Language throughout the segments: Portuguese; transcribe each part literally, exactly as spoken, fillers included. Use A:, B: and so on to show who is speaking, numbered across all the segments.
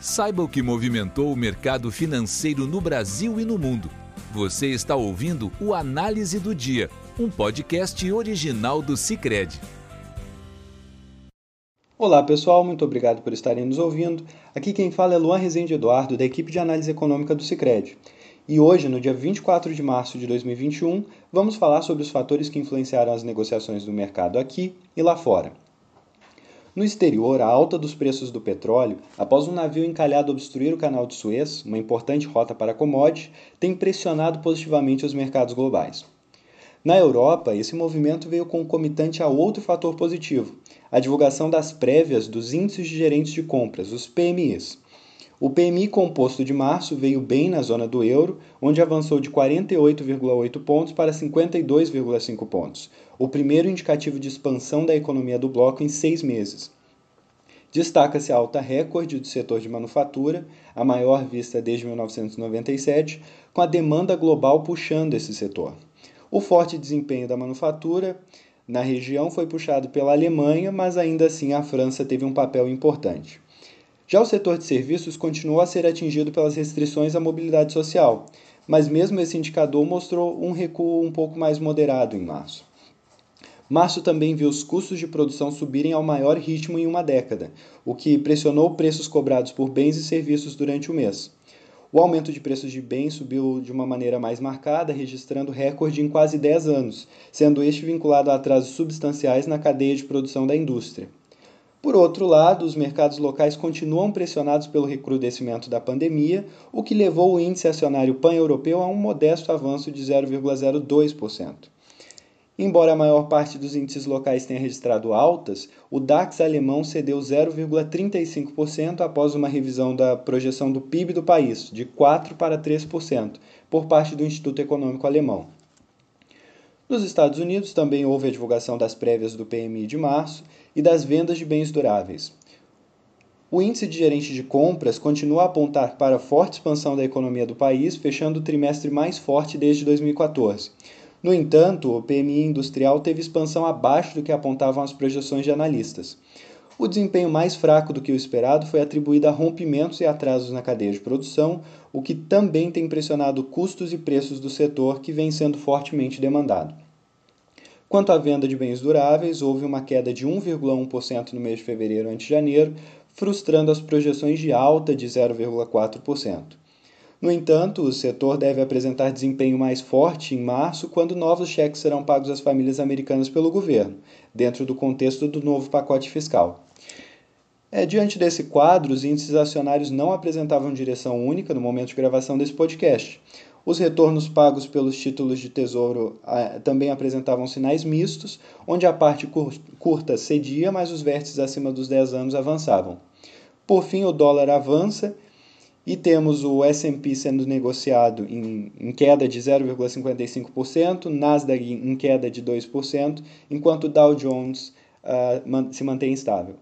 A: Saiba o que movimentou o mercado financeiro no Brasil e no mundo. Você está ouvindo o Análise do Dia, um podcast original do Sicredi.
B: Olá pessoal, muito obrigado por estarem nos ouvindo. Aqui quem fala é Luan Rezende Eduardo, da equipe de análise econômica do Sicredi. E hoje, no dia vinte e quatro de março de dois mil e vinte e um, vamos falar sobre os fatores que influenciaram as negociações do mercado aqui e lá fora. No exterior, a alta dos preços do petróleo, após um navio encalhado obstruir o canal de Suez, uma importante rota para commodities, tem pressionado positivamente os mercados globais. Na Europa, esse movimento veio concomitante a outro fator positivo, a divulgação das prévias dos índices de gerentes de compras, os P M Is. O P M I composto de março veio bem na zona do euro, onde avançou de quarenta e oito vírgula oito pontos para cinquenta e dois vírgula cinco pontos, o primeiro indicativo de expansão da economia do bloco em seis meses. Destaca-se a alta recorde do setor de manufatura, a maior vista desde mil novecentos e noventa e sete, com a demanda global puxando esse setor. O forte desempenho da manufatura na região foi puxado pela Alemanha, mas ainda assim a França teve um papel importante. Já o setor de serviços continuou a ser atingido pelas restrições à mobilidade social, mas mesmo esse indicador mostrou um recuo um pouco mais moderado em março. Março também viu os custos de produção subirem ao maior ritmo em uma década, o que pressionou preços cobrados por bens e serviços durante o mês. O aumento de preços de bens subiu de uma maneira mais marcada, registrando recorde em quase dez anos, sendo este vinculado a atrasos substanciais na cadeia de produção da indústria. Por outro lado, os mercados locais continuam pressionados pelo recrudescimento da pandemia, o que levou o índice acionário pan-europeu a um modesto avanço de zero vírgula zero dois por cento. Embora a maior parte dos índices locais tenha registrado altas, o DAX alemão cedeu zero vírgula trinta e cinco por cento após uma revisão da projeção do P I B do país, de quatro por cento para três por cento, por parte do Instituto Econômico Alemão. Nos Estados Unidos também houve a divulgação das prévias do P M I de março e das vendas de bens duráveis. O índice de gerente de compras continua a apontar para a forte expansão da economia do país, fechando o trimestre mais forte desde dois mil e quatorze. No entanto, o P M I industrial teve expansão abaixo do que apontavam as projeções de analistas. O desempenho mais fraco do que o esperado foi atribuído a rompimentos e atrasos na cadeia de produção, o que também tem pressionado custos e preços do setor que vem sendo fortemente demandado. Quanto à venda de bens duráveis, houve uma queda de um vírgula um por cento no mês de fevereiro ante janeiro, frustrando as projeções de alta de zero vírgula quatro por cento. No entanto, o setor deve apresentar desempenho mais forte em março, quando novos cheques serão pagos às famílias americanas pelo governo, dentro do contexto do novo pacote fiscal. É, diante desse quadro, os índices acionários não apresentavam direção única no momento de gravação desse podcast. Os retornos pagos pelos títulos de tesouro ah, também apresentavam sinais mistos, onde a parte cur- curta cedia, mas os vértices acima dos dez anos avançavam. Por fim, o dólar avança e temos o S and P sendo negociado em, em queda de zero vírgula cinquenta e cinco por cento, Nasdaq em queda de dois por cento, enquanto o Dow Jones uh, man, se mantém estável.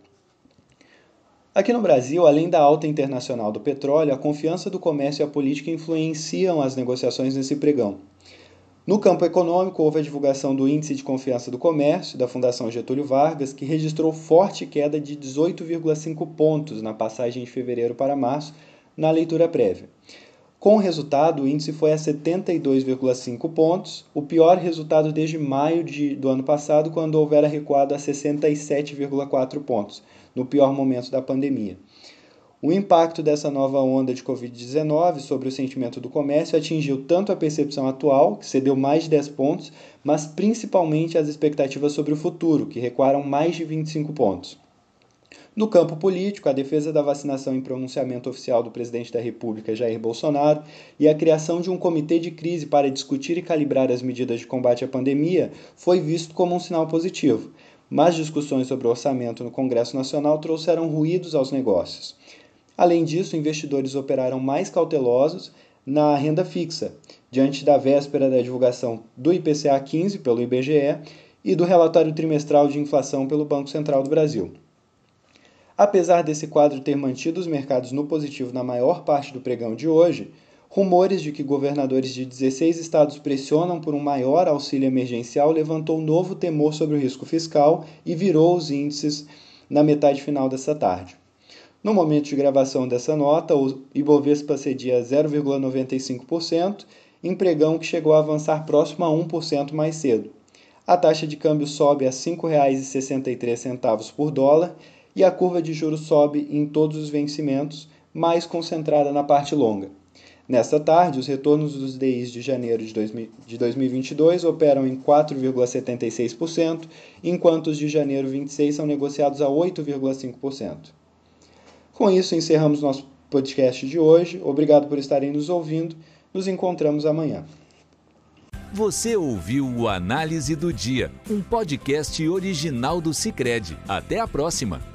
B: Aqui no Brasil, além da alta internacional do petróleo, a confiança do comércio e a política influenciam as negociações nesse pregão. No campo econômico, houve a divulgação do Índice de Confiança do Comércio, da Fundação Getúlio Vargas, que registrou forte queda de dezoito vírgula cinco pontos na passagem de fevereiro para março, na leitura prévia. Com o resultado, o índice foi a setenta e dois vírgula cinco pontos, o pior resultado desde maio de, do ano passado, quando houvera recuado a sessenta e sete vírgula quatro pontos, no pior momento da pandemia. O impacto dessa nova onda de covid dezenove sobre o sentimento do comércio atingiu tanto a percepção atual, que cedeu mais de dez pontos, mas principalmente as expectativas sobre o futuro, que recuaram mais de vinte e cinco pontos. No campo político, a defesa da vacinação em pronunciamento oficial do presidente da República, Jair Bolsonaro, e a criação de um comitê de crise para discutir e calibrar as medidas de combate à pandemia foi visto como um sinal positivo, mas discussões sobre o orçamento no Congresso Nacional trouxeram ruídos aos negócios. Além disso, investidores operaram mais cautelosos na renda fixa, diante da véspera da divulgação do I P C A quinze pelo I B G E e do relatório trimestral de inflação pelo Banco Central do Brasil. Apesar desse quadro ter mantido os mercados no positivo na maior parte do pregão de hoje, rumores de que governadores de dezesseis estados pressionam por um maior auxílio emergencial levantou novo temor sobre o risco fiscal e virou os índices na metade final dessa tarde. No momento de gravação dessa nota, o Ibovespa cedia zero vírgula noventa e cinco por cento, em pregão que chegou a avançar próximo a um por cento mais cedo. A taxa de câmbio sobe a cinco reais e sessenta e três centavos por dólar e a curva de juros sobe em todos os vencimentos, mais concentrada na parte longa. Nesta tarde, os retornos dos D Is de janeiro de dois mil e vinte e dois operam em quatro vírgula setenta e seis por cento, enquanto os de janeiro vinte e seis são negociados a oito vírgula cinco por cento. Com isso, encerramos nosso podcast de hoje. Obrigado por estarem nos ouvindo. Nos encontramos amanhã.
A: Você ouviu o Análise do Dia, um podcast original do Sicredi. Até a próxima!